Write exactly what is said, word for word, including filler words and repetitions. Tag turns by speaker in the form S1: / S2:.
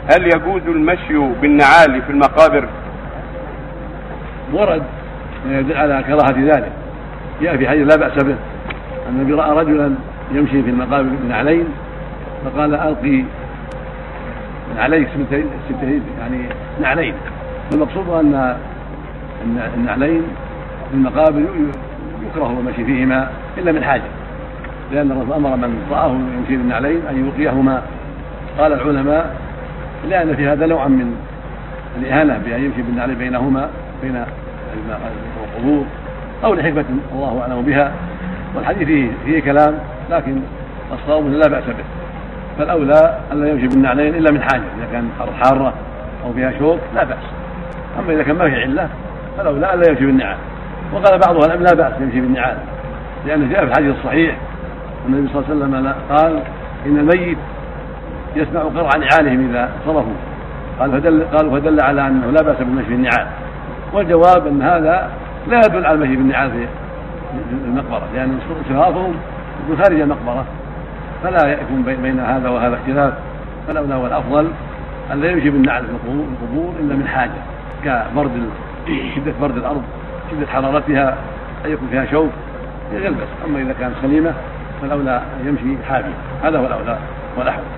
S1: هل يجوز المشي بالنعال في المقابر؟
S2: ورد يدل على كراهة ذلك، جاء في حديث لا بأس به. النبي رأى رجلا يمشي في المقابر بنعلين فقال ألقي عليك ستين يعني نعلين. والمقصود أن النعلين في المقابر يكره المشي فيهما إلا من حاجة، لأن الرسول أمر من رآه يمشي بالنعلين أن يلقيهما. قال العلماء لأن في هذا نوعا من الإهانة بأن يمشي بالنعلين بينهما بين القبور، أو لحكمة الله أعلم بها. والحديث فيه, فيه كلام، لكن الصواب لا بأس به، فالأولى أن لا يمشي بالنعلين إلا من حاجة، إذا كان حارة أو فيها شوك لا بأس. أما إذا كان ما في علة فالأولى أن لا يمشي بالنعال. وقال بعضها لا بأس يمشي بالنعال، لأن جاء في الحديث الصحيح النبي صلى الله عليه وسلم قال إن الميت يسمع قرع نعالهم إذا صرفوا، قال فدل قالوا فدل على أنه لا بأس بالمشي بالنعال. والجواب أن هذا لا يدل على المشي بالنعال في المقبرة، لأن صرافهم يكون خارج المقبرة، فلا يكون بين هذا وهذا اختلاف. فالأولى والأفضل أن لا يمشي بالنعال في القبور إلا من حاجة، كبرد شدة برد الأرض، شدة حرارتها، أن يكون فيها شوك يلبس. أما إذا كانت سليمة فالأولى أن يمشي حافي، هذا هو الأولى والأحوط.